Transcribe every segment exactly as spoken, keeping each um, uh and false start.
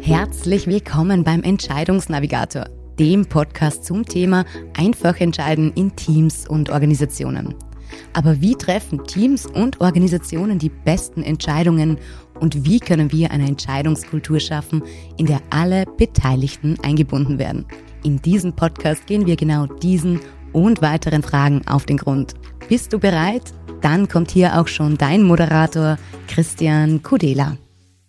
Herzlich willkommen beim Entscheidungsnavigator, dem Podcast zum Thema einfach entscheiden in Teams und Organisationen. Aber wie treffen Teams und Organisationen die besten Entscheidungen und wie können wir eine Entscheidungskultur schaffen, in der alle Beteiligten eingebunden werden? In diesem Podcast gehen wir genau diesen und weiteren Fragen auf den Grund. Bist du bereit? Dann kommt hier auch schon dein Moderator Christian Kudela.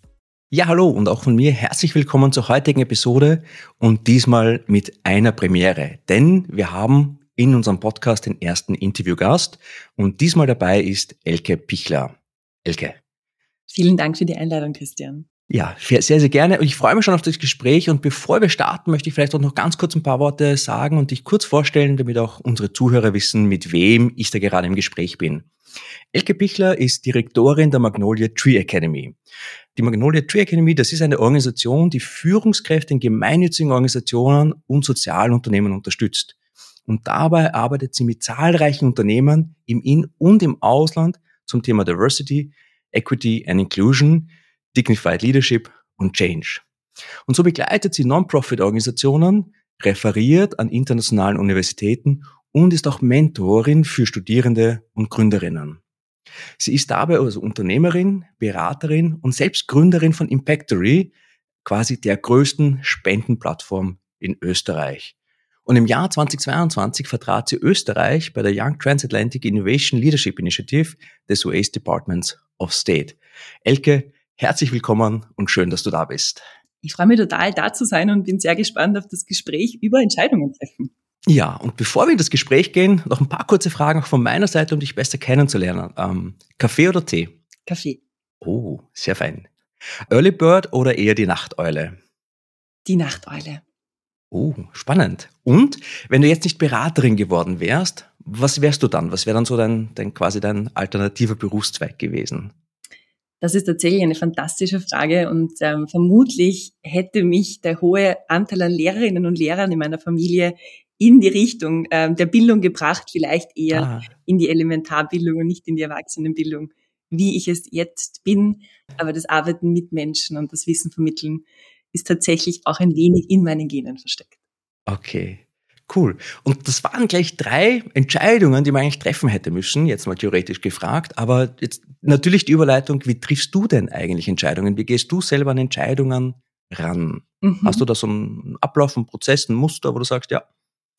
Ja, hallo und auch von mir herzlich willkommen zur heutigen Episode und diesmal mit einer Premiere, denn wir haben in unserem Podcast den ersten Interviewgast und diesmal dabei ist Elke Pichler. Elke. Vielen Dank für die Einladung, Christian. Ja, sehr, sehr gerne und ich freue mich schon auf das Gespräch und bevor wir starten, möchte ich vielleicht auch noch ganz kurz ein paar Worte sagen und dich kurz vorstellen, damit auch unsere Zuhörer wissen, mit wem ich da gerade im Gespräch bin. Elke Pichler ist Direktorin der Magnolia Tree Academy. Die Magnolia Tree Academy, das ist eine Organisation, die Führungskräfte in gemeinnützigen Organisationen und Sozialunternehmen unterstützt. Und dabei arbeitet sie mit zahlreichen Unternehmen im In- und im Ausland zum Thema Diversity, Equity and Inclusion, Dignified Leadership und Change. Und so begleitet sie Non-Profit-Organisationen, referiert an internationalen Universitäten und ist auch Mentorin für Studierende und Gründerinnen. Sie ist dabei also Unternehmerin, Beraterin und selbst Gründerin von Impactory, quasi der größten Spendenplattform in Österreich. Und im Jahr zweitausendzweiundzwanzig vertrat sie Österreich bei der Young Transatlantic Innovation Leadership Initiative des U S Department of State. Elke, herzlich willkommen und schön, dass du da bist. Ich freue mich total, da zu sein und bin sehr gespannt auf das Gespräch über Entscheidungen treffen. Ja, und bevor wir in das Gespräch gehen, noch ein paar kurze Fragen auch von meiner Seite, um dich besser kennenzulernen. Ähm, Kaffee oder Tee? Kaffee. Oh, sehr fein. Early Bird oder eher die Nachteule? Die Nachteule. Oh, spannend. Und wenn du jetzt nicht Beraterin geworden wärst, was wärst du dann? Was wäre dann so dein, dein quasi dein alternativer Berufszweig gewesen? Das ist tatsächlich eine fantastische Frage und ähm, vermutlich hätte mich der hohe Anteil an Lehrerinnen und Lehrern in meiner Familie in die Richtung ähm, der Bildung gebracht, vielleicht eher ah. in die Elementarbildung und nicht in die Erwachsenenbildung, wie ich es jetzt bin. Aber das Arbeiten mit Menschen und das Wissen vermitteln ist tatsächlich auch ein wenig in meinen Genen versteckt. Okay, cool. Und das waren gleich drei Entscheidungen, die man eigentlich treffen hätte müssen, jetzt mal theoretisch gefragt. Aber jetzt natürlich die Überleitung, wie triffst du denn eigentlich Entscheidungen? Wie gehst du selber an Entscheidungen ran? Mhm. Hast du da so einen Ablauf, einen Prozess, ein Muster, wo du sagst, ja,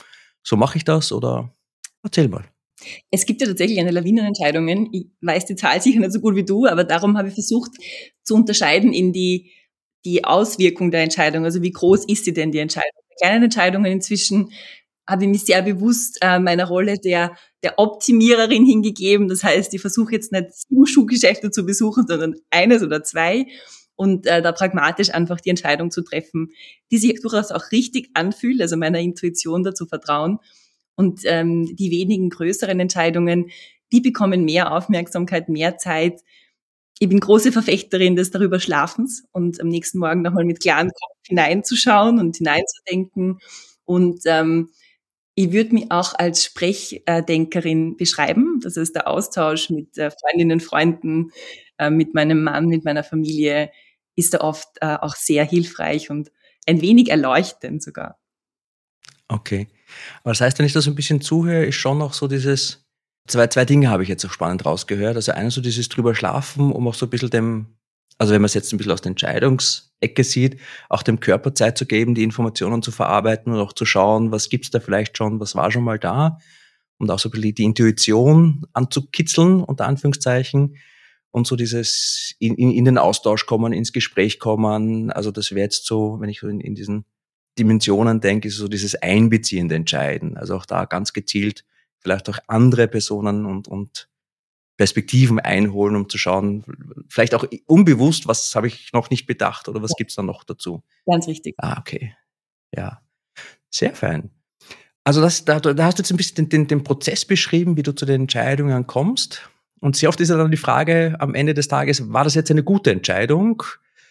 so mache ich das oder erzähl mal. Es gibt ja tatsächlich eine Lawine an Entscheidungen. Ich weiß die Zahl sicher nicht so gut wie du, aber darum habe ich versucht zu unterscheiden in die, die Auswirkung der Entscheidung. Also wie groß ist sie denn, die Entscheidung? Bei kleinen Entscheidungen inzwischen habe ich mich sehr bewusst äh, meiner Rolle der, der Optimiererin hingegeben. Das heißt, ich versuche jetzt nicht sieben Schuhgeschäfte zu besuchen, sondern eines oder zwei. Und äh, da pragmatisch einfach die Entscheidung zu treffen, die sich durchaus auch richtig anfühlt, also meiner Intuition dazu vertrauen. Und ähm, die wenigen größeren Entscheidungen, die bekommen mehr Aufmerksamkeit, mehr Zeit. Ich bin große Verfechterin des darüber Schlafens und am nächsten Morgen nochmal mit klarem Kopf hineinzuschauen und hineinzudenken. Und ähm, ich würde mich auch als Sprechdenkerin beschreiben. Das ist der Austausch mit äh, Freundinnen, Freunden, äh, mit meinem Mann, mit meiner Familie, ist da oft äh, auch sehr hilfreich und ein wenig erleuchtend sogar. Okay. Aber das heißt, wenn ich da so ein bisschen zuhöre, ist schon noch so dieses, zwei, zwei Dinge habe ich jetzt auch spannend rausgehört. Also eines so dieses drüber schlafen, um auch so ein bisschen dem, also wenn man es jetzt ein bisschen aus der Entscheidungsecke sieht, auch dem Körper Zeit zu geben, die Informationen zu verarbeiten und auch zu schauen, was gibt's da vielleicht schon, was war schon mal da und auch so ein bisschen die Intuition anzukitzeln, unter Anführungszeichen. Und so dieses in, in, in den Austausch kommen, ins Gespräch kommen. Also das wäre jetzt so, wenn ich so in, in diesen Dimensionen denke, ist so dieses einbeziehende Entscheiden. Also auch da ganz gezielt vielleicht auch andere Personen und, und Perspektiven einholen, um zu schauen, vielleicht auch unbewusst, was habe ich noch nicht bedacht oder was ja. Gibt's da noch dazu? Ganz richtig. Ah, okay. Ja, sehr fein. Also das, da, da hast du jetzt ein bisschen den, den, den Prozess beschrieben, wie du zu den Entscheidungen kommst. Und sehr oft ist ja dann die Frage am Ende des Tages, war das jetzt eine gute Entscheidung?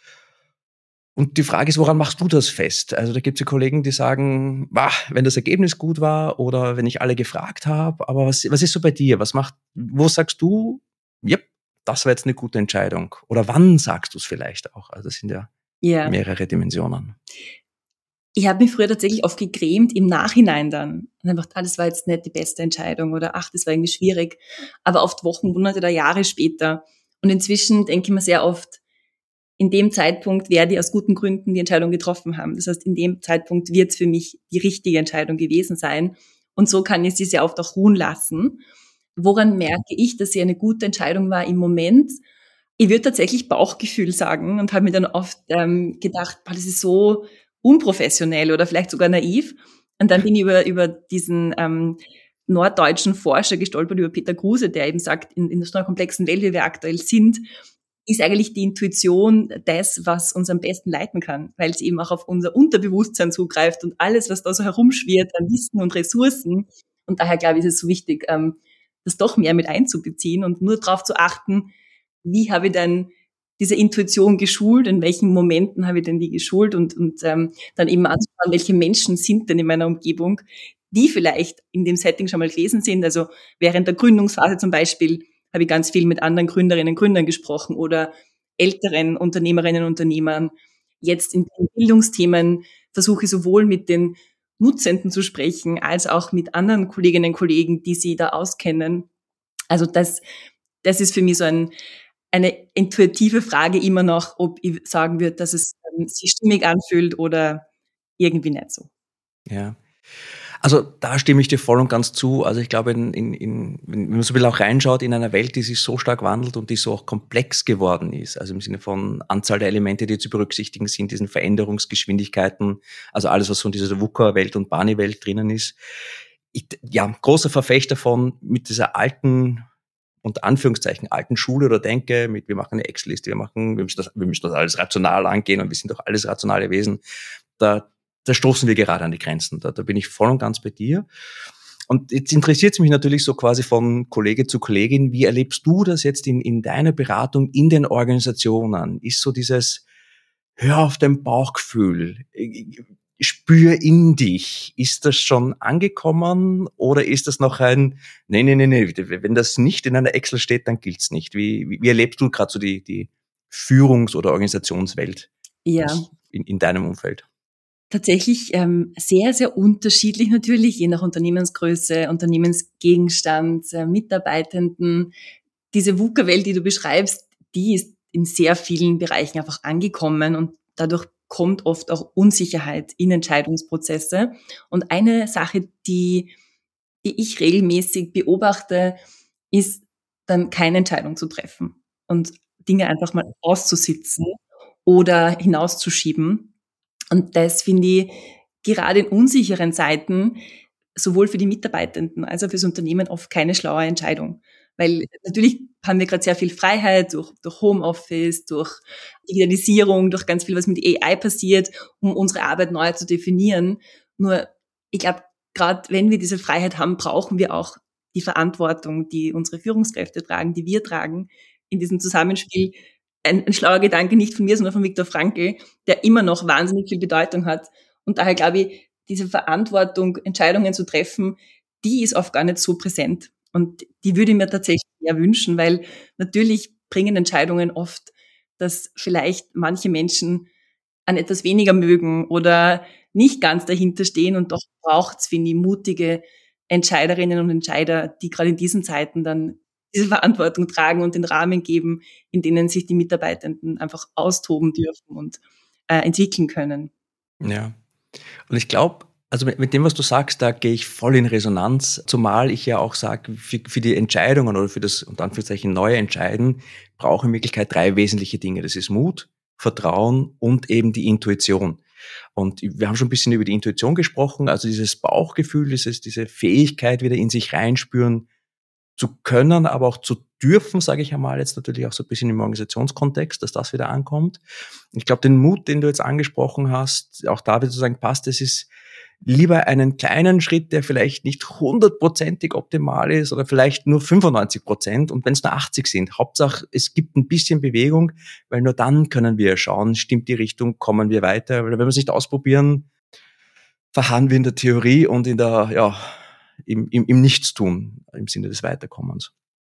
Und die Frage ist, woran machst du das fest? Also da gibt es ja Kollegen, die sagen, bah, wenn das Ergebnis gut war oder wenn ich alle gefragt habe. Aber was, was ist so bei dir? Was macht, wo sagst du, yep, das war jetzt eine gute Entscheidung? Oder wann sagst du es vielleicht auch? Also das sind ja Ja. mehrere Dimensionen. Ich habe mich früher tatsächlich oft gegrämt im Nachhinein dann. Und einfach, ah, das war jetzt nicht die beste Entscheidung oder ach, das war irgendwie schwierig. Aber oft Wochen, Monate oder Jahre später. Und inzwischen denke ich mir sehr oft, in dem Zeitpunkt werde ich aus guten Gründen die Entscheidung getroffen haben. Das heißt, in dem Zeitpunkt wird es für mich die richtige Entscheidung gewesen sein. Und so kann ich sie sehr oft auch ruhen lassen. Woran merke ich, dass sie eine gute Entscheidung war im Moment? Ich würde tatsächlich Bauchgefühl sagen und habe mir dann oft ähm, gedacht, boah, das ist so unprofessionell oder vielleicht sogar naiv. Und dann bin ich über, über diesen ähm, norddeutschen Forscher gestolpert, über Peter Kruse, der eben sagt, in, in so einer komplexen Welt, wie wir aktuell sind, ist eigentlich die Intuition das, was uns am besten leiten kann, weil es eben auch auf unser Unterbewusstsein zugreift und alles, was da so herumschwirrt an Wissen und Ressourcen. Und daher, glaube ich, ist es so wichtig, ähm, das doch mehr mit einzubeziehen und nur darauf zu achten, wie habe ich denn diese Intuition geschult, in welchen Momenten habe ich denn die geschult und, und ähm, dann eben anzuschauen, welche Menschen sind denn in meiner Umgebung, die vielleicht in dem Setting schon mal gewesen sind. Also während der Gründungsphase zum Beispiel habe ich ganz viel mit anderen Gründerinnen und Gründern gesprochen oder älteren Unternehmerinnen und Unternehmern. Jetzt in den Bildungsthemen versuche ich sowohl mit den Nutzenden zu sprechen, als auch mit anderen Kolleginnen und Kollegen, die sie da auskennen. Also das, das ist für mich so ein, eine intuitive Frage immer noch, ob ich sagen würde, dass es ähm, sich stimmig anfühlt oder irgendwie nicht so. Ja. Also da stimme ich dir voll und ganz zu. Also ich glaube, in, in, in, wenn man so ein bisschen auch reinschaut in einer Welt, die sich so stark wandelt und die so auch komplex geworden ist, also im Sinne von Anzahl der Elemente, die zu berücksichtigen sind, diesen Veränderungsgeschwindigkeiten, also alles, was so in dieser VUCA-Welt und Barney-Welt drinnen ist. Ich, ja, großer Verfechter von mit dieser alten, unter Anführungszeichen, alten Schule oder Denke, mit wir machen eine Excel-Liste, wir machen, wir müssen das, wir müssen das alles rational angehen und wir sind doch alles rationale Wesen. Da Da stoßen wir gerade an die Grenzen. Da, da bin ich voll und ganz bei dir. Und jetzt interessiert es mich natürlich so quasi von Kollege zu Kollegin. Wie erlebst du das jetzt in, in deiner Beratung in den Organisationen? Ist so dieses, hör auf dein Bauchgefühl, spür in dich. Ist das schon angekommen oder ist das noch ein, nee, nee, nee, nee, wenn das nicht in einer Excel steht, dann gilt's nicht. Wie, wie, wie erlebst du gerade so die, die Führungs- oder Organisationswelt Ja. in, in deinem Umfeld? Tatsächlich ähm, sehr, sehr unterschiedlich natürlich, je nach Unternehmensgröße, Unternehmensgegenstand, äh, Mitarbeitenden. Diese VUCA-Welt, die du beschreibst, die ist in sehr vielen Bereichen einfach angekommen und dadurch kommt oft auch Unsicherheit in Entscheidungsprozesse. Und eine Sache, die, die ich regelmäßig beobachte, ist dann keine Entscheidung zu treffen und Dinge einfach mal auszusitzen oder hinauszuschieben. Und das finde ich gerade in unsicheren Zeiten sowohl für die Mitarbeitenden als auch fürs Unternehmen oft keine schlaue Entscheidung. Weil natürlich haben wir gerade sehr viel Freiheit durch, durch Homeoffice, durch Digitalisierung, durch ganz viel, was mit A I passiert, um unsere Arbeit neu zu definieren. Nur ich glaube, gerade wenn wir diese Freiheit haben, brauchen wir auch die Verantwortung, die unsere Führungskräfte tragen, die wir tragen in diesem Zusammenspiel. Ein, ein schlauer Gedanke, nicht von mir, sondern von Viktor Frankl, der immer noch wahnsinnig viel Bedeutung hat. Und daher glaube ich, diese Verantwortung, Entscheidungen zu treffen, die ist oft gar nicht so präsent. Und die würde ich mir tatsächlich mehr wünschen, weil natürlich bringen Entscheidungen oft, dass vielleicht manche Menschen an etwas weniger mögen oder nicht ganz dahinter stehen. Und doch braucht es, finde ich, mutige Entscheiderinnen und Entscheider, die gerade in diesen Zeiten dann diese Verantwortung tragen und den Rahmen geben, in denen sich die Mitarbeitenden einfach austoben dürfen und äh, entwickeln können. Ja, und ich glaube, also mit, mit dem, was du sagst, da gehe ich voll in Resonanz, zumal ich ja auch sage, für, für die Entscheidungen oder für das, unter Anführungszeichen, neue Entscheiden, brauche in Wirklichkeit drei wesentliche Dinge. Das ist Mut, Vertrauen und eben die Intuition. Und wir haben schon ein bisschen über die Intuition gesprochen, also dieses Bauchgefühl, dieses, diese Fähigkeit, wieder in sich reinspüren zu können, aber auch zu dürfen, sage ich einmal, jetzt natürlich auch so ein bisschen im Organisationskontext, dass das wieder ankommt. Ich glaube, den Mut, den du jetzt angesprochen hast, auch da wieder zu sagen, passt, es ist lieber einen kleinen Schritt, der vielleicht nicht hundertprozentig optimal ist oder vielleicht nur fünfundneunzig Prozent und wenn es nur achtzig sind. Hauptsache, es gibt ein bisschen Bewegung, weil nur dann können wir schauen, stimmt die Richtung, kommen wir weiter. Weil wenn wir es nicht ausprobieren, verharren wir in der Theorie und in der, ja, im, im, im Nichtstun, im Sinne des Weiterkommens.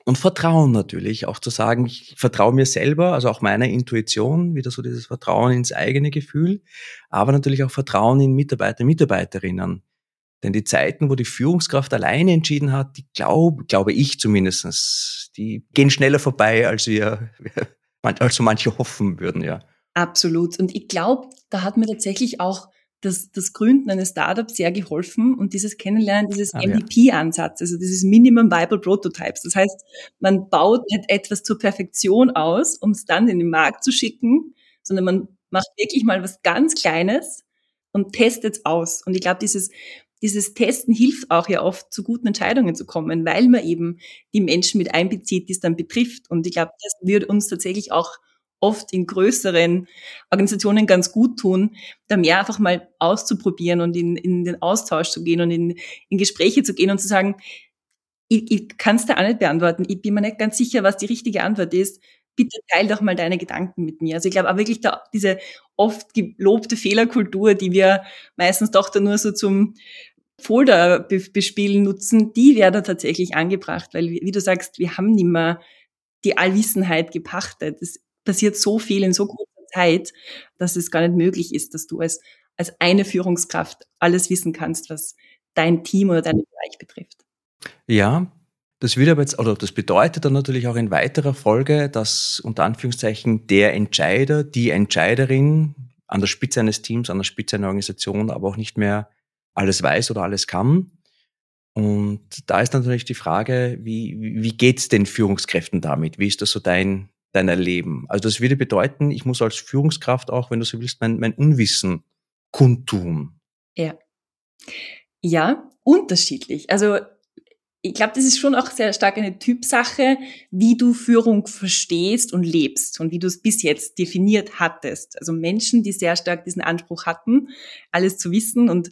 Und Vertrauen natürlich, auch zu sagen, ich vertraue mir selber, also auch meiner Intuition, wieder so dieses Vertrauen ins eigene Gefühl, aber natürlich auch Vertrauen in Mitarbeiter, Mitarbeiterinnen. Denn die Zeiten, wo die Führungskraft alleine entschieden hat, die glaube, glaube ich zumindestens, die gehen schneller vorbei, als wir, als so manche hoffen würden, ja. Absolut. Und ich glaube, da hat mir tatsächlich auch das, das Gründen eines Startups sehr geholfen und dieses Kennenlernen dieses Ah, ja. M V P-Ansatz, also dieses Minimum Viable Prototypes. Das heißt, man baut nicht etwas zur Perfektion aus, um es dann in den Markt zu schicken, sondern man macht wirklich mal was ganz Kleines und testet es aus. Und ich glaube, dieses, dieses Testen hilft auch ja oft, zu guten Entscheidungen zu kommen, weil man eben die Menschen mit einbezieht, die es dann betrifft. Und ich glaube, das wird uns tatsächlich auch oft in größeren Organisationen ganz gut tun, da mehr einfach mal auszuprobieren und in, in den Austausch zu gehen und in, in Gespräche zu gehen und zu sagen, ich, ich kann es da auch nicht beantworten, ich bin mir nicht ganz sicher, was die richtige Antwort ist, bitte teil doch mal deine Gedanken mit mir. Also ich glaube auch wirklich da, diese oft gelobte Fehlerkultur, die wir meistens doch da nur so zum Folder bespielen nutzen, die wäre da tatsächlich angebracht, weil wie du sagst, wir haben nicht mehr die Allwissenheit gepachtet. Es passiert so viel in so kurzer Zeit, dass es gar nicht möglich ist, dass du als, als eine Führungskraft alles wissen kannst, was dein Team oder deinen Bereich betrifft. Ja, das wird aber jetzt, oder das bedeutet dann natürlich auch in weiterer Folge, dass unter Anführungszeichen der Entscheider, die Entscheiderin an der Spitze eines Teams, an der Spitze einer Organisation, aber auch nicht mehr alles weiß oder alles kann. Und da ist natürlich die Frage, wie, wie geht's den Führungskräften damit? Wie ist das so dein, dein Erleben? Also das würde bedeuten, ich muss als Führungskraft auch, wenn du so willst, mein, mein Unwissen kundtun. Ja. Ja, unterschiedlich. Also ich glaube, das ist schon auch sehr stark eine Typsache, wie du Führung verstehst und lebst und wie du es bis jetzt definiert hattest. Also Menschen, die sehr stark diesen Anspruch hatten, alles zu wissen und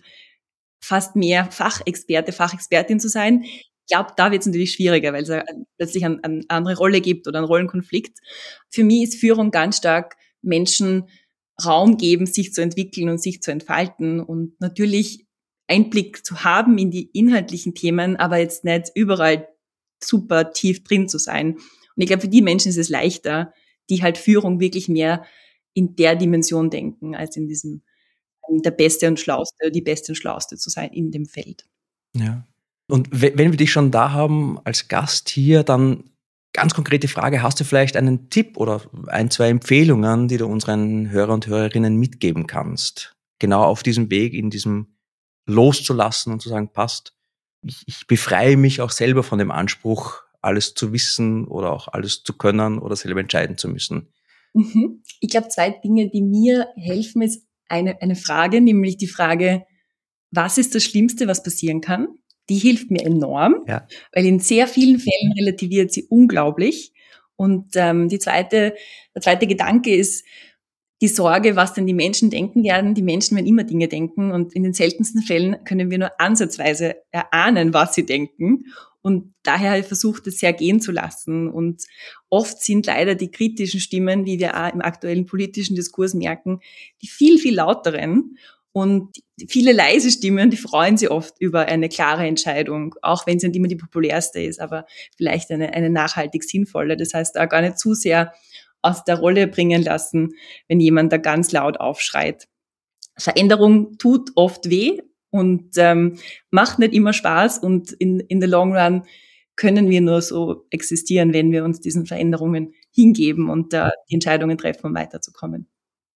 fast mehr Fachexperte, Fachexpertin zu sein. Ich glaube, da wird es natürlich schwieriger, weil es plötzlich eine, eine andere Rolle gibt oder einen Rollenkonflikt. Für mich ist Führung ganz stark Menschen Raum geben, sich zu entwickeln und sich zu entfalten und natürlich Einblick zu haben in die inhaltlichen Themen, aber jetzt nicht überall super tief drin zu sein. Und ich glaube, für die Menschen ist es leichter, die halt Führung wirklich mehr in der Dimension denken, als in diesem der Beste und Schlauste, die Beste und Schlauste zu sein in dem Feld. Ja. Und wenn wir dich schon da haben als Gast hier, dann ganz konkrete Frage, hast du vielleicht einen Tipp oder ein, zwei Empfehlungen, die du unseren Hörer und Hörerinnen mitgeben kannst? Genau auf diesem Weg, in diesem loszulassen und zu sagen, passt, ich, ich befreie mich auch selber von dem Anspruch, alles zu wissen oder auch alles zu können oder selber entscheiden zu müssen. Mhm. Ich glaube, zwei Dinge, die mir helfen, ist eine, eine Frage, nämlich die Frage, was ist das Schlimmste, was passieren kann? Die hilft mir enorm, ja. weil in sehr vielen Fällen relativiert sie unglaublich. Und ähm, die zweite, der zweite Gedanke ist die Sorge, was denn die Menschen denken werden. Die Menschen werden immer Dinge denken und in den seltensten Fällen können wir nur ansatzweise erahnen, was sie denken. Und daher habe ich versucht, es sehr gehen zu lassen. Und oft sind leider die kritischen Stimmen, wie wir auch im aktuellen politischen Diskurs merken, die viel, viel lauteren. Und viele leise Stimmen, die freuen sich oft über eine klare Entscheidung, auch wenn sie nicht immer die populärste ist, aber vielleicht eine, eine nachhaltig sinnvolle. Das heißt, da gar nicht zu sehr aus der Rolle bringen lassen, wenn jemand da ganz laut aufschreit. Veränderung tut oft weh und ähm, macht nicht immer Spaß und in, in the long run können wir nur so existieren, wenn wir uns diesen Veränderungen hingeben und äh, die Entscheidungen treffen, um weiterzukommen.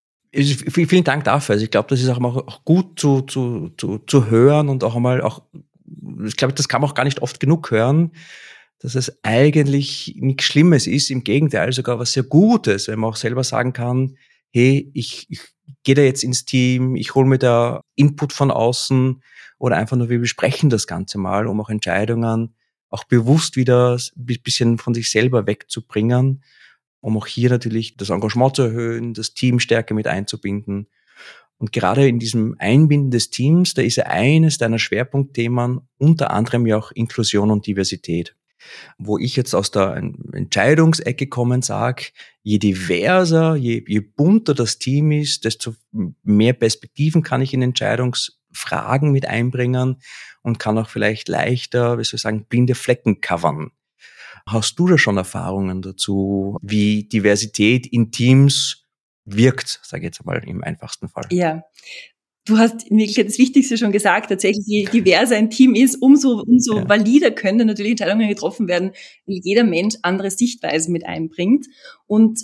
Vielen Dank dafür. Also ich glaube, das ist auch, auch gut zu, zu, zu, zu hören und auch einmal auch, ich glaube, das kann man auch gar nicht oft genug hören, dass es eigentlich nichts Schlimmes ist, im Gegenteil sogar was sehr Gutes, wenn man auch selber sagen kann, hey, ich, ich gehe da jetzt ins Team, ich hole mir da Input von außen oder einfach nur, wir besprechen das Ganze mal, um auch Entscheidungen auch bewusst wieder ein bisschen von sich selber wegzubringen, um auch hier natürlich das Engagement zu erhöhen, das Team stärker mit einzubinden. Und gerade in diesem Einbinden des Teams, da ist ja eines deiner Schwerpunktthemen unter anderem ja auch Inklusion und Diversität. Wo ich jetzt aus der Entscheidungsecke kommen sage, je diverser, je, je bunter das Team ist, desto mehr Perspektiven kann ich in Entscheidungsfragen mit einbringen und kann auch vielleicht leichter, wie soll ich sagen, blinde Flecken covern. Hast du da schon Erfahrungen dazu, wie Diversität in Teams wirkt, sage ich jetzt mal im einfachsten Fall? Ja, du hast in Wirklichkeit das Wichtigste schon gesagt. Tatsächlich, je diverser ein Team ist, umso, umso Ja. valider können natürlich Entscheidungen getroffen werden, weil jeder Mensch andere Sichtweisen mit einbringt. Und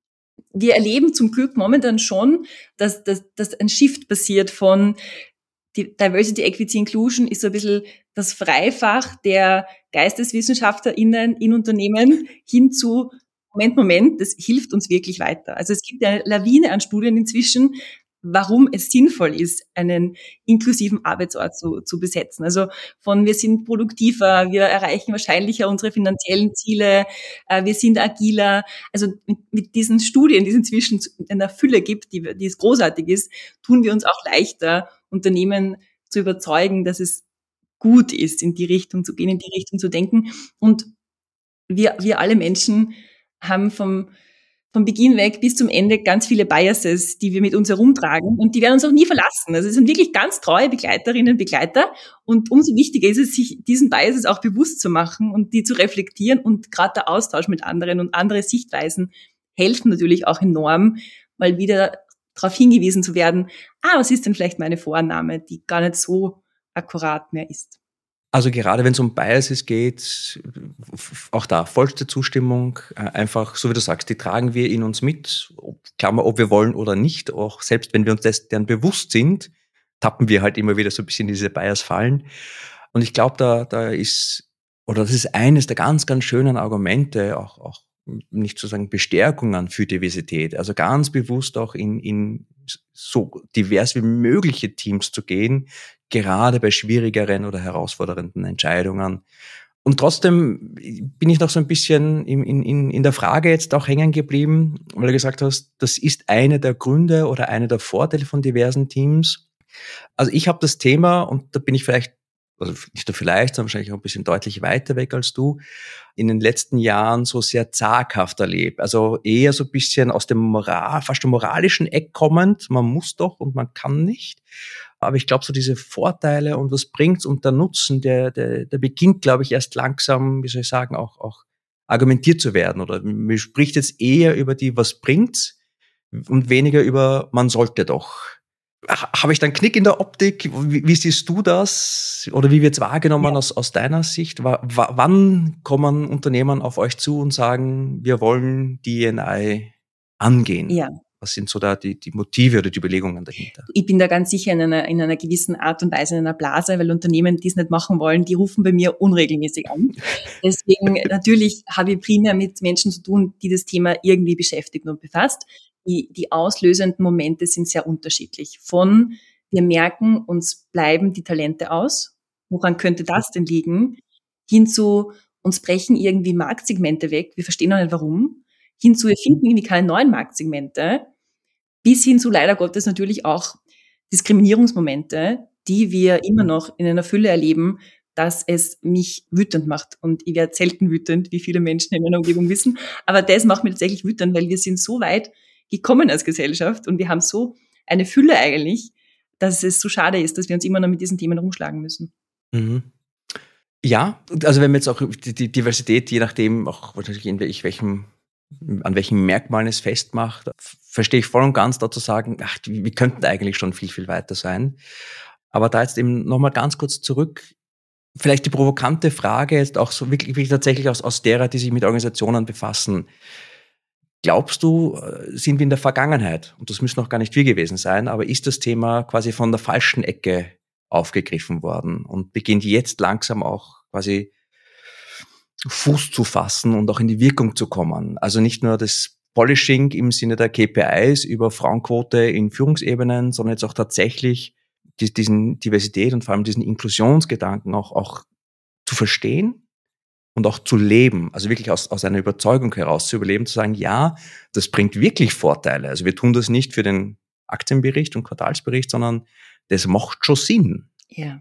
wir erleben zum Glück momentan schon, dass, dass, dass ein Shift passiert von die Diversity, Equity, Inclusion ist so ein bisschen das Freifach der GeisteswissenschaftlerInnen in Unternehmen hin zu Moment, Moment, das hilft uns wirklich weiter. Also es gibt eine Lawine an Studien inzwischen, warum es sinnvoll ist, einen inklusiven Arbeitsort zu, zu besetzen. Also von wir sind produktiver, wir erreichen wahrscheinlicher unsere finanziellen Ziele, äh, wir sind agiler. Also mit, mit diesen Studien, die es inzwischen in einer Fülle gibt, die, die es großartig ist, tun wir uns auch leichter, Unternehmen zu überzeugen, dass es gut ist, in die Richtung zu gehen, in die Richtung zu denken. Und wir, wir alle Menschen haben vom, vom Beginn weg bis zum Ende ganz viele Biases, die wir mit uns herumtragen und die werden uns auch nie verlassen. Also es sind wirklich ganz treue Begleiterinnen und Begleiter und umso wichtiger ist es, sich diesen Biases auch bewusst zu machen und die zu reflektieren und gerade der Austausch mit anderen und andere Sichtweisen helfen natürlich auch enorm, mal wieder darauf hingewiesen zu werden, ah, was ist denn vielleicht meine Vorannahme, die gar nicht so akkurat mehr ist. Also gerade wenn es um Biases geht, auch da vollste Zustimmung, einfach, so wie du sagst, die tragen wir in uns mit, Klammer, ob wir wollen oder nicht, auch selbst wenn wir uns das deren bewusst sind, tappen wir halt immer wieder so ein bisschen in diese Bias-Fallen. Und ich glaube, da, da ist, oder das ist eines der ganz, ganz schönen Argumente, auch, auch nicht zu sagen Bestärkungen für Diversität, also ganz bewusst auch in, in so divers wie mögliche Teams zu gehen, gerade bei schwierigeren oder herausfordernden Entscheidungen. Und trotzdem bin ich noch so ein bisschen in, in, in der Frage jetzt auch hängen geblieben, weil du gesagt hast, das ist einer der Gründe oder einer der Vorteile von diversen Teams. Also ich habe das Thema, und da bin ich vielleicht, also nicht nur vielleicht, sondern wahrscheinlich auch ein bisschen deutlich weiter weg als du, in den letzten Jahren so sehr zaghaft erlebt. Also eher so ein bisschen aus dem Moral, fast dem moralischen Eck kommend. Man muss doch und man kann nicht. Aber ich glaube, so diese Vorteile und was bringt's und der Nutzen, der, der, der beginnt, glaube ich, erst langsam, wie soll ich sagen, auch, auch argumentiert zu werden. Oder man spricht jetzt eher über die, was bringt's und weniger über, man sollte doch. Habe ich da einen Knick in der Optik? Wie, wie siehst du das? Oder wie wird es wahrgenommen ja. aus, aus deiner Sicht? W- w- wann kommen Unternehmen auf euch zu und sagen, wir wollen D and I angehen? Ja. Was sind so da die, die Motive oder die Überlegungen dahinter? Ich bin da ganz sicher in einer, in einer gewissen Art und Weise in einer Blase, weil Unternehmen, die es nicht machen wollen, die rufen bei mir unregelmäßig an. Deswegen natürlich habe ich primär mit Menschen zu tun, die das Thema irgendwie beschäftigt und befasst. Die, die auslösenden Momente sind sehr unterschiedlich. Von, wir merken, uns bleiben die Talente aus. Woran könnte das denn liegen? Hin zu, uns brechen irgendwie Marktsegmente weg. Wir verstehen noch nicht warum. Hin zu, wir finden irgendwie keine neuen Marktsegmente. Bis hin zu, leider Gottes, natürlich auch Diskriminierungsmomente, die wir immer noch in einer Fülle erleben, dass es mich wütend macht. Und ich werde selten wütend, wie viele Menschen in meiner Umgebung wissen. Aber das macht mich tatsächlich wütend, weil wir sind so weit gekommen als Gesellschaft und wir haben so eine Fülle eigentlich, dass es so schade ist, dass wir uns immer noch mit diesen Themen rumschlagen müssen. Mhm. Ja, also wenn wir jetzt auch die, die Diversität, je nachdem auch wahrscheinlich in welchem, an welchen Merkmalen es festmacht, verstehe ich voll und ganz da zu sagen, ach, wir könnten eigentlich schon viel, viel weiter sein. Aber da jetzt eben nochmal ganz kurz zurück, vielleicht die provokante Frage jetzt auch so wirklich, wirklich tatsächlich aus, aus derer, die sich mit Organisationen befassen. Glaubst du, sind wir in der Vergangenheit, und das müssen noch gar nicht wir gewesen sein, aber ist das Thema quasi von der falschen Ecke aufgegriffen worden und beginnt jetzt langsam auch quasi Fuß zu fassen und auch in die Wirkung zu kommen? Also nicht nur das Polishing im Sinne der K P Is über Frauenquote in Führungsebenen, sondern jetzt auch tatsächlich diesen Diversität und vor allem diesen Inklusionsgedanken auch, auch zu verstehen und auch zu leben, also wirklich aus, aus einer Überzeugung heraus zu überleben, zu sagen, ja, das bringt wirklich Vorteile. Also wir tun das nicht für den Aktienbericht und Quartalsbericht, sondern das macht schon Sinn. Ja.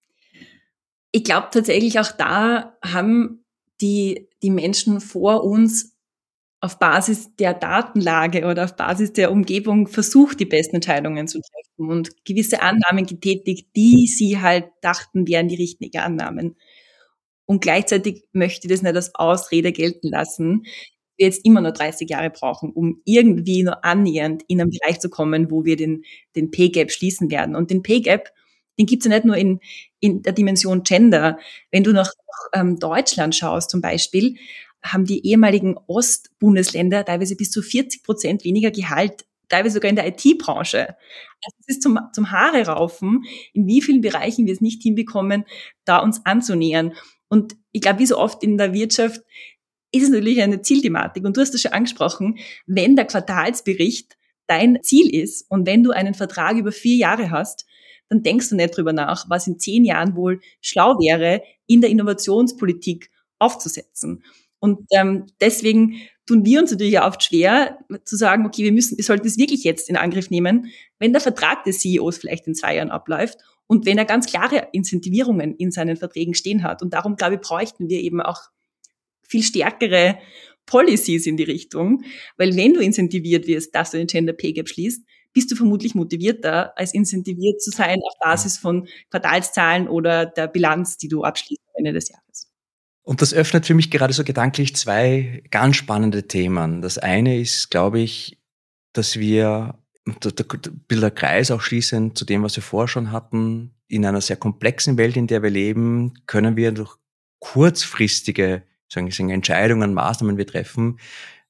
Ich glaube tatsächlich auch da haben die, die Menschen vor uns auf Basis der Datenlage oder auf Basis der Umgebung versucht, die besten Entscheidungen zu treffen und gewisse Annahmen getätigt, die sie halt dachten, wären die richtigen Annahmen. Und gleichzeitig möchte ich das nicht als Ausrede gelten lassen, wir jetzt immer nur dreißig Jahre brauchen, um irgendwie nur annähernd in einen Bereich zu kommen, wo wir den, den Pay Gap schließen werden. Und den Pay Gap, den gibt's ja nicht nur in, in der Dimension Gender. Wenn du nach ähm, Deutschland schaust zum Beispiel, haben die ehemaligen Ostbundesländer teilweise bis zu vierzig Prozent weniger Gehalt, teilweise sogar in der I T-Branche. Also es ist zum, zum Haare raufen, in wie vielen Bereichen wir es nicht hinbekommen, da uns anzunähern. Und ich glaube, wie so oft in der Wirtschaft ist es natürlich eine Zielthematik. Und du hast es schon angesprochen, wenn der Quartalsbericht dein Ziel ist und wenn du einen Vertrag über vier Jahre hast, dann denkst du nicht drüber nach, was in zehn Jahren wohl schlau wäre, in der Innovationspolitik aufzusetzen. Und ähm, deswegen tun wir uns natürlich auch oft schwer, zu sagen, okay, wir müssen, wir sollten es wirklich jetzt in Angriff nehmen, wenn der Vertrag des C E Os vielleicht in zwei Jahren abläuft und wenn er ganz klare Incentivierungen in seinen Verträgen stehen hat. Und darum, glaube ich, bräuchten wir eben auch viel stärkere Policies in die Richtung, weil wenn du incentiviert wirst, dass du den Gender Pay Gap schließt, bist du vermutlich motivierter, als incentiviert zu sein auf Basis von Quartalszahlen oder der Bilanz, die du abschließt am Ende des Jahres. Und das öffnet für mich gerade so gedanklich zwei ganz spannende Themen. Das eine ist, glaube ich, dass wir, da will der Kreis auch schließen zu dem, was wir vorher schon hatten, in einer sehr komplexen Welt, in der wir leben, können wir durch kurzfristige sagen wir, Entscheidungen, Maßnahmen wir treffen,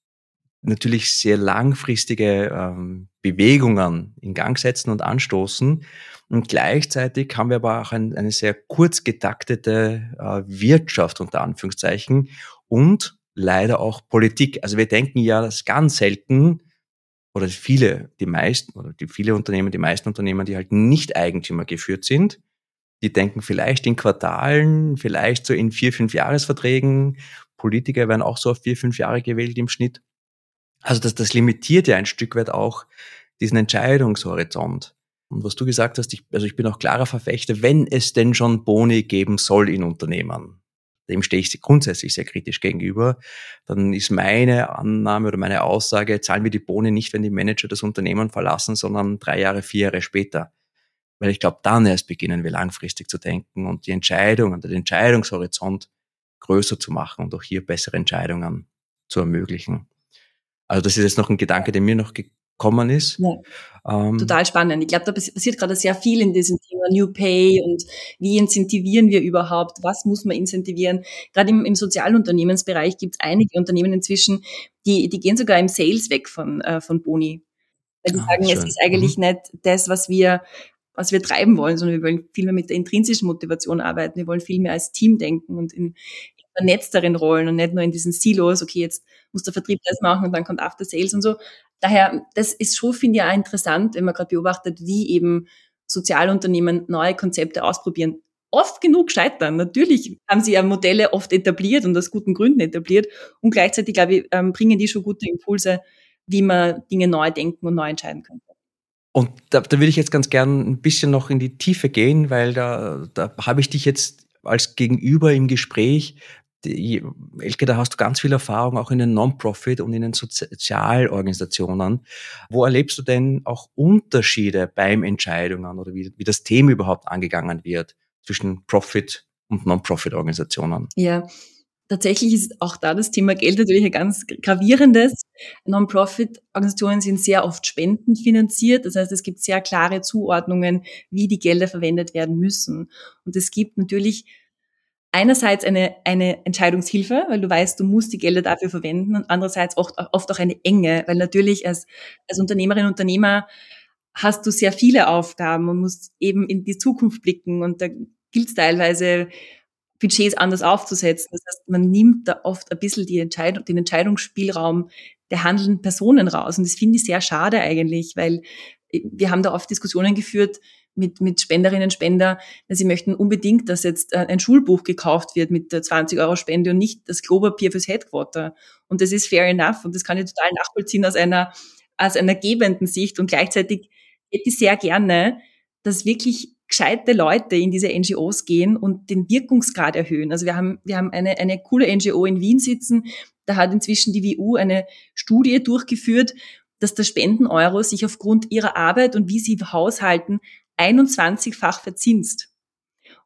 natürlich sehr langfristige ähm, Bewegungen in Gang setzen und anstoßen. Und gleichzeitig haben wir aber auch ein, eine sehr kurz getaktete äh, Wirtschaft unter Anführungszeichen und leider auch Politik. Also wir denken ja, dass ganz selten oder viele, die meisten oder die viele Unternehmen, die meisten Unternehmen, die halt nicht Eigentümer geführt sind, die denken vielleicht in Quartalen, vielleicht so in vier, fünf Jahresverträgen. Politiker werden auch so auf vier, fünf Jahre gewählt im Schnitt. Also das, das limitiert ja ein Stück weit auch diesen Entscheidungshorizont. Und was du gesagt hast, ich, also ich bin auch klarer Verfechter, wenn es denn schon Boni geben soll in Unternehmen, dem stehe ich grundsätzlich sehr kritisch gegenüber, dann ist meine Annahme oder meine Aussage, zahlen wir die Boni nicht, wenn die Manager das Unternehmen verlassen, sondern drei Jahre, vier Jahre später. Weil ich glaube, dann erst beginnen wir langfristig zu denken und die Entscheidung und den Entscheidungshorizont größer zu machen und auch hier bessere Entscheidungen zu ermöglichen. Also das ist jetzt noch ein Gedanke, der mir noch gekommen ist. Ja, ähm, total spannend. Ich glaube, da passiert gerade sehr viel in diesem Thema New Pay und wie incentivieren wir überhaupt, was muss man incentivieren. Gerade im, im Sozialunternehmensbereich gibt es einige Unternehmen inzwischen, die, die gehen sogar im Sales weg von, äh, von Boni. Weil die ah, sagen, schön. Es ist eigentlich mhm. nicht das, was wir was wir treiben wollen, sondern wir wollen viel mehr mit der intrinsischen Motivation arbeiten. Wir wollen viel mehr als Team denken und in, in vernetzteren Rollen und nicht nur in diesen Silos, okay, jetzt muss der Vertrieb das machen und dann kommt After Sales und so. Daher, das ist schon, finde ich, auch interessant, wenn man gerade beobachtet, wie eben Sozialunternehmen neue Konzepte ausprobieren. Oft genug scheitern. Natürlich haben sie ja Modelle oft etabliert und aus guten Gründen etabliert und gleichzeitig, glaube ich, bringen die schon gute Impulse, wie man Dinge neu denken und neu entscheiden könnte. Und da, da würde ich jetzt ganz gern ein bisschen noch in die Tiefe gehen, weil da, da habe ich dich jetzt als Gegenüber im Gespräch. Die, Elke, da hast du ganz viel Erfahrung auch in den Non-Profit und in den Sozialorganisationen. Wo erlebst du denn auch Unterschiede beim Entscheidungen oder wie, wie das Thema überhaupt angegangen wird zwischen Profit- und Non-Profit-Organisationen? Ja. Tatsächlich ist auch da das Thema Geld natürlich ein ganz gravierendes. Non-Profit-Organisationen sind sehr oft spendenfinanziert. Das heißt, es gibt sehr klare Zuordnungen, wie die Gelder verwendet werden müssen. Und es gibt natürlich einerseits eine, eine Entscheidungshilfe, weil du weißt, du musst die Gelder dafür verwenden und andererseits oft, oft auch eine Enge, weil natürlich als, als Unternehmerin und Unternehmer hast du sehr viele Aufgaben und musst eben in die Zukunft blicken und da gilt es teilweise, Budgets anders aufzusetzen. Das heißt, man nimmt da oft ein bisschen die Entscheidung, den Entscheidungsspielraum der handelnden Personen raus. Und das finde ich sehr schade eigentlich, weil wir haben da oft Diskussionen geführt mit, mit Spenderinnen und Spender, dass sie möchten unbedingt, dass jetzt ein Schulbuch gekauft wird mit der zwanzig Euro Spende und nicht das Klopapier fürs Headquarter. Und das ist fair enough und das kann ich total nachvollziehen aus einer, aus einer gebenden Sicht. Und gleichzeitig hätte ich sehr gerne, dass wirklich gescheite Leute in diese N G Os gehen und den Wirkungsgrad erhöhen. Also wir haben, wir haben eine, eine coole N G O in Wien sitzen. Da hat inzwischen die W U eine Studie durchgeführt, dass der Spendeneuro sich aufgrund ihrer Arbeit und wie sie haushalten einundzwanzigfach verzinst.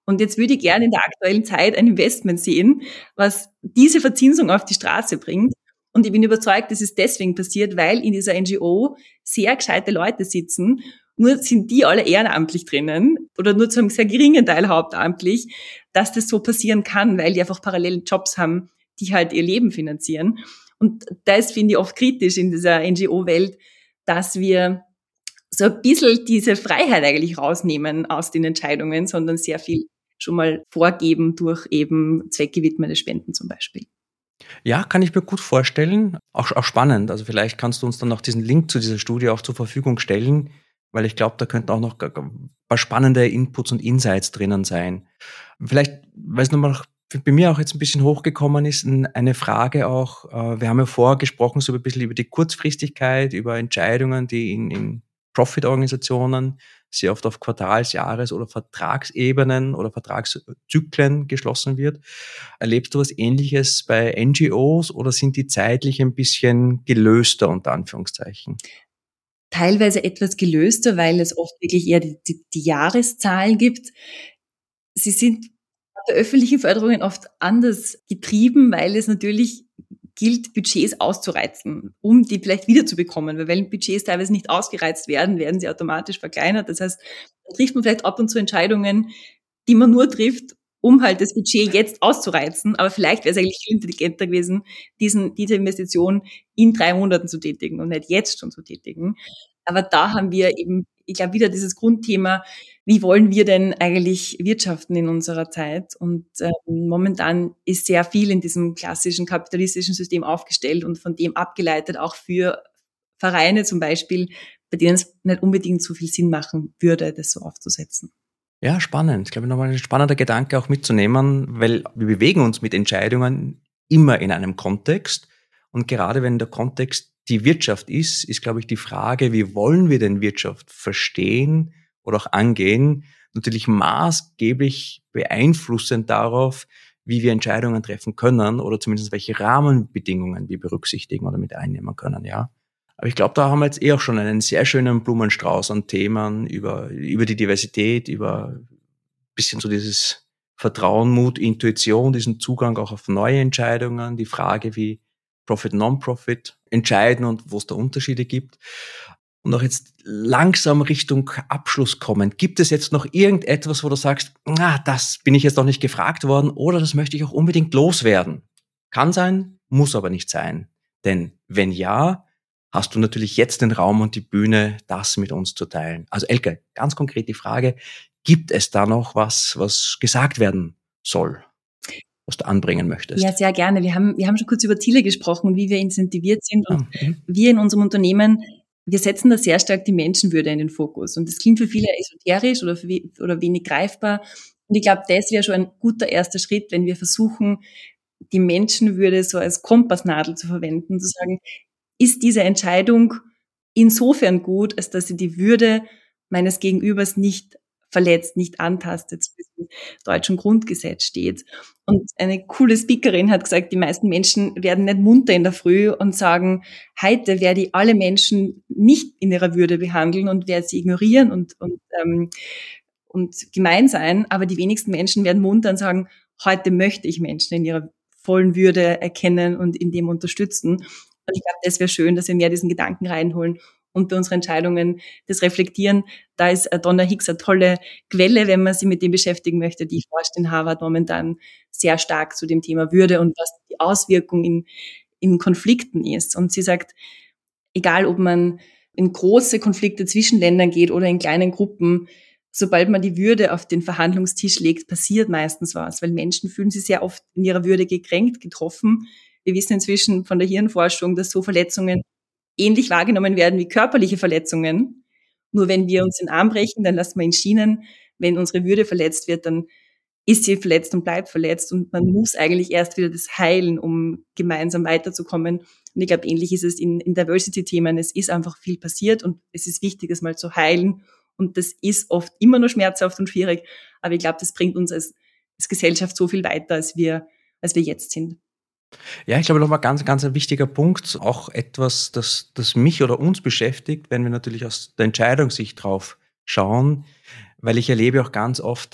Und jetzt würde ich gerne in der aktuellen Zeit ein Investment sehen, was diese Verzinsung auf die Straße bringt. Und ich bin überzeugt, dass es deswegen passiert, weil in dieser N G O sehr gescheite Leute sitzen. Nur sind die alle ehrenamtlich drinnen oder nur zu einem sehr geringen Teil hauptamtlich, dass das so passieren kann, weil die einfach parallele Jobs haben, die halt ihr Leben finanzieren. Und das finde ich oft kritisch in dieser N G O-Welt, dass wir so ein bisschen diese Freiheit eigentlich rausnehmen aus den Entscheidungen, sondern sehr viel schon mal vorgeben durch eben zweckgewidmete Spenden zum Beispiel. Ja, kann ich mir gut vorstellen. Auch, auch spannend. Also vielleicht kannst du uns dann noch diesen Link zu dieser Studie auch zur Verfügung stellen, weil ich glaube, da könnten auch noch ein paar spannende Inputs und Insights drinnen sein. Vielleicht, weil es nochmal bei mir auch jetzt ein bisschen hochgekommen ist, eine Frage auch. Wir haben ja vorher gesprochen so ein bisschen über die Kurzfristigkeit, über Entscheidungen, die in, in Profit-Organisationen sehr oft auf Quartals-, Jahres- oder Vertragsebenen oder Vertragszyklen geschlossen wird. Erlebst du was Ähnliches bei N G Os oder sind die zeitlich ein bisschen gelöster, unter Anführungszeichen? Teilweise etwas gelöster, weil es oft wirklich eher die, die, die Jahreszahlen gibt. Sie sind bei öffentlichen Förderungen oft anders getrieben, weil es natürlich gilt, Budgets auszureizen, um die vielleicht wiederzubekommen. Weil wenn Budgets teilweise nicht ausgereizt werden, werden sie automatisch verkleinert. Das heißt, da trifft man vielleicht ab und zu Entscheidungen, die man nur trifft, um halt das Budget jetzt auszureizen. Aber vielleicht wäre es eigentlich viel intelligenter gewesen, diesen, diese Investition in drei Monaten zu tätigen und nicht jetzt schon zu tätigen. Aber da haben wir eben, ich glaube, wieder dieses Grundthema, wie wollen wir denn eigentlich wirtschaften in unserer Zeit? Und äh, momentan ist sehr viel in diesem klassischen kapitalistischen System aufgestellt und von dem abgeleitet auch für Vereine zum Beispiel, bei denen es nicht unbedingt so viel Sinn machen würde, das so aufzusetzen. Ja, spannend. Ich glaube, nochmal ein spannender Gedanke auch mitzunehmen, weil wir bewegen uns mit Entscheidungen immer in einem Kontext. Und gerade wenn der Kontext die Wirtschaft ist, ist, glaube ich, die Frage, wie wollen wir denn Wirtschaft verstehen oder auch angehen, natürlich maßgeblich beeinflussend darauf, wie wir Entscheidungen treffen können oder zumindest welche Rahmenbedingungen wir berücksichtigen oder mit einnehmen können, ja. Aber ich glaube, da haben wir jetzt eh auch schon einen sehr schönen Blumenstrauß an Themen über, über die Diversität, über ein bisschen so dieses Vertrauen, Mut, Intuition, diesen Zugang auch auf neue Entscheidungen, die Frage, wie Profit, Non-Profit entscheiden und wo es da Unterschiede gibt. Und auch jetzt langsam Richtung Abschluss kommen. Gibt es jetzt noch irgendetwas, wo du sagst, na, das bin ich jetzt noch nicht gefragt worden oder das möchte ich auch unbedingt loswerden? Kann sein, muss aber nicht sein. Denn wenn ja, hast du natürlich jetzt den Raum und die Bühne, das mit uns zu teilen. Also Elke, ganz konkret die Frage, gibt es da noch was, was gesagt werden soll, was du anbringen möchtest? Ja, sehr gerne. Wir haben, wir haben schon kurz über Ziele gesprochen und wie wir incentiviert sind. Und Ah, mhm. wir in unserem Unternehmen, wir setzen da sehr stark die Menschenwürde in den Fokus. Und das klingt für viele esoterisch oder, für, oder wenig greifbar. Und ich glaube, das wäre schon ein guter erster Schritt, wenn wir versuchen, die Menschenwürde so als Kompassnadel zu verwenden, zu sagen, ist diese Entscheidung insofern gut, als dass sie die Würde meines Gegenübers nicht verletzt, nicht antastet, so wie es im deutschen Grundgesetz steht. Und eine coole Speakerin hat gesagt, die meisten Menschen werden nicht munter in der Früh und sagen, heute werde ich alle Menschen nicht in ihrer Würde behandeln und werde sie ignorieren und, und, ähm, und gemein sein, aber die wenigsten Menschen werden munter und sagen, heute möchte ich Menschen in ihrer vollen Würde erkennen und in dem unterstützen. Und ich glaube, das wäre schön, dass wir mehr diesen Gedanken reinholen und bei unseren Entscheidungen das reflektieren. Da ist Donna Hicks eine tolle Quelle, wenn man sich mit dem beschäftigen möchte. Die forscht in Harvard momentan sehr stark zu dem Thema Würde und was die Auswirkung in, in Konflikten ist. Und sie sagt, egal ob man in große Konflikte zwischen Ländern geht oder in kleinen Gruppen, sobald man die Würde auf den Verhandlungstisch legt, passiert meistens was, weil Menschen fühlen sich sehr oft in ihrer Würde gekränkt, getroffen. Wir wissen inzwischen von der Hirnforschung, dass so Verletzungen ähnlich wahrgenommen werden wie körperliche Verletzungen. Nur wenn wir uns den Arm brechen, dann lassen wir ihn schienen. Wenn unsere Würde verletzt wird, dann ist sie verletzt und bleibt verletzt. Und man muss eigentlich erst wieder das heilen, um gemeinsam weiterzukommen. Und ich glaube, ähnlich ist es in, in Diversity-Themen. Es ist einfach viel passiert und es ist wichtig, es mal zu heilen. Und das ist oft immer nur schmerzhaft und schwierig. Aber ich glaube, das bringt uns als, als Gesellschaft so viel weiter, als wir, als wir jetzt sind. Ja, ich glaube, nochmal ganz, ganz ein wichtiger Punkt, auch etwas, das, das mich oder uns beschäftigt, wenn wir natürlich aus der Entscheidungssicht drauf schauen, weil ich erlebe auch ganz oft, dass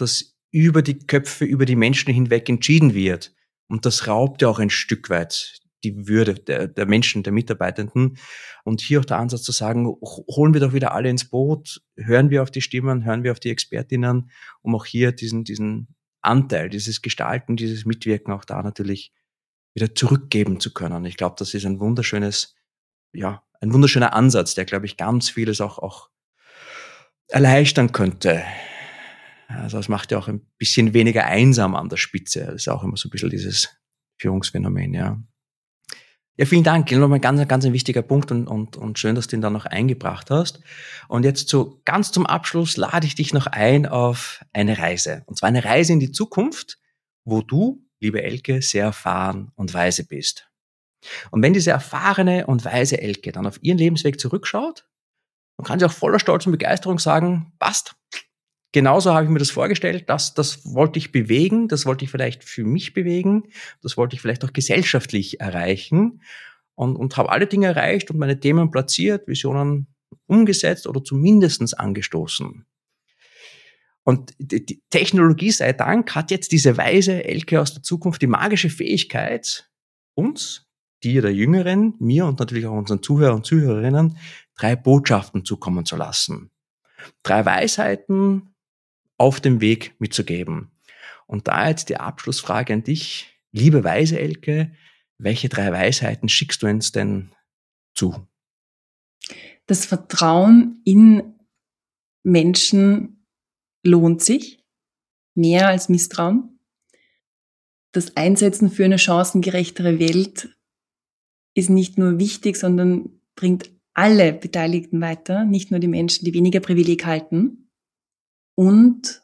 über die Köpfe, über die Menschen hinweg entschieden wird. Und das raubt ja auch ein Stück weit die Würde der, der Menschen, der Mitarbeitenden. Und hier auch der Ansatz zu sagen, holen wir doch wieder alle ins Boot, hören wir auf die Stimmen, hören wir auf die Expertinnen, um auch hier diesen, diesen Anteil, dieses Gestalten, dieses Mitwirken auch da natürlich wieder zurückgeben zu können. Ich glaube, das ist ein wunderschönes, ja, ein wunderschöner Ansatz, der, glaube ich, ganz vieles auch, auch erleichtern könnte. Also es macht ja auch ein bisschen weniger einsam an der Spitze. Das ist auch immer so ein bisschen dieses Führungsphänomen, ja. Ja, vielen Dank. Nochmal ein ganz, ganz ein wichtiger Punkt und, und, und schön, dass du ihn da noch eingebracht hast. Und jetzt so ganz zum Abschluss lade ich dich noch ein auf eine Reise. Und zwar eine Reise in die Zukunft, wo du, liebe Elke, sehr erfahren und weise bist. Und wenn diese erfahrene und weise Elke dann auf ihren Lebensweg zurückschaut, dann kann sie auch voller Stolz und Begeisterung sagen, passt. Genauso habe ich mir das vorgestellt, das, das wollte ich bewegen, das wollte ich vielleicht für mich bewegen, das wollte ich vielleicht auch gesellschaftlich erreichen und, und habe alle Dinge erreicht und meine Themen platziert, Visionen umgesetzt oder zumindest angestoßen. Und die Technologie, sei Dank, hat jetzt diese weise Elke aus der Zukunft die magische Fähigkeit, uns, dir der Jüngeren, mir und natürlich auch unseren Zuhörern und Zuhörerinnen, drei Botschaften zukommen zu lassen. Drei Weisheiten auf dem Weg mitzugeben. Und da jetzt die Abschlussfrage an dich, liebe weise Elke, welche drei Weisheiten schickst du uns denn zu? Das Vertrauen in Menschen lohnt sich, mehr als Misstrauen. Das Einsetzen für eine chancengerechtere Welt ist nicht nur wichtig, sondern bringt alle Beteiligten weiter, nicht nur die Menschen, die weniger Privileg halten. Und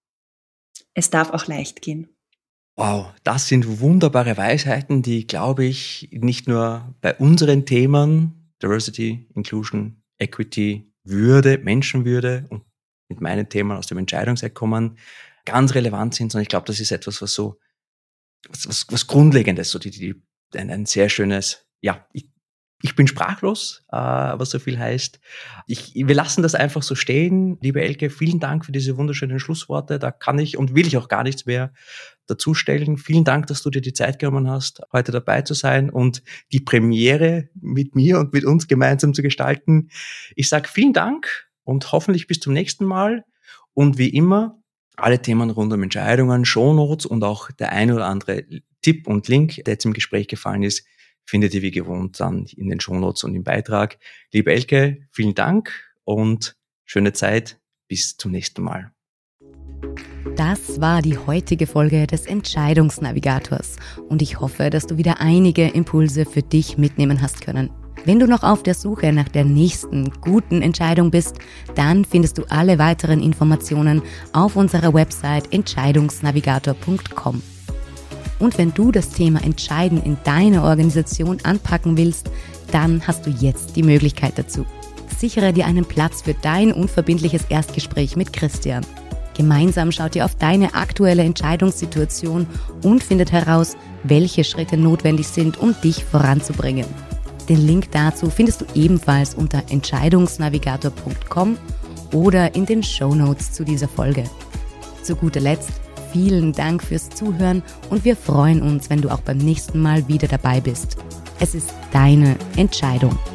es darf auch leicht gehen. Wow, das sind wunderbare Weisheiten, die, glaube ich, nicht nur bei unseren Themen Diversity, Inclusion, Equity, Würde, Menschenwürde und mit meinen Themen aus dem Entscheidungseck kommen, ganz relevant sind, sondern ich glaube, das ist etwas, was so was, was, was Grundlegendes, so die, die ein, ein sehr schönes, ja, ich, Ich bin sprachlos, äh, was so viel heißt. Ich, wir lassen das einfach so stehen. Liebe Elke, vielen Dank für diese wunderschönen Schlussworte. Da kann ich und will ich auch gar nichts mehr dazustellen. Vielen Dank, dass du dir die Zeit genommen hast, heute dabei zu sein und die Premiere mit mir und mit uns gemeinsam zu gestalten. Ich sage vielen Dank und hoffentlich bis zum nächsten Mal. Und wie immer, alle Themen rund um Entscheidungen, Shownotes und auch der eine oder andere Tipp und Link, der jetzt im Gespräch gefallen ist, findet ihr wie gewohnt dann in den Shownotes und im Beitrag. Liebe Elke, vielen Dank und schöne Zeit. Bis zum nächsten Mal. Das war die heutige Folge des Entscheidungsnavigators und ich hoffe, dass du wieder einige Impulse für dich mitnehmen hast können. Wenn du noch auf der Suche nach der nächsten guten Entscheidung bist, dann findest du alle weiteren Informationen auf unserer Website entscheidungsnavigator punkt com. Und wenn du das Thema Entscheiden in deiner Organisation anpacken willst, dann hast du jetzt die Möglichkeit dazu. Sichere dir einen Platz für dein unverbindliches Erstgespräch mit Christian. Gemeinsam schaut ihr auf deine aktuelle Entscheidungssituation und findet heraus, welche Schritte notwendig sind, um dich voranzubringen. Den Link dazu findest du ebenfalls unter entscheidungsnavigator punkt com oder in den Shownotes zu dieser Folge. Zu guter Letzt, vielen Dank fürs Zuhören und wir freuen uns, wenn du auch beim nächsten Mal wieder dabei bist. Es ist deine Entscheidung.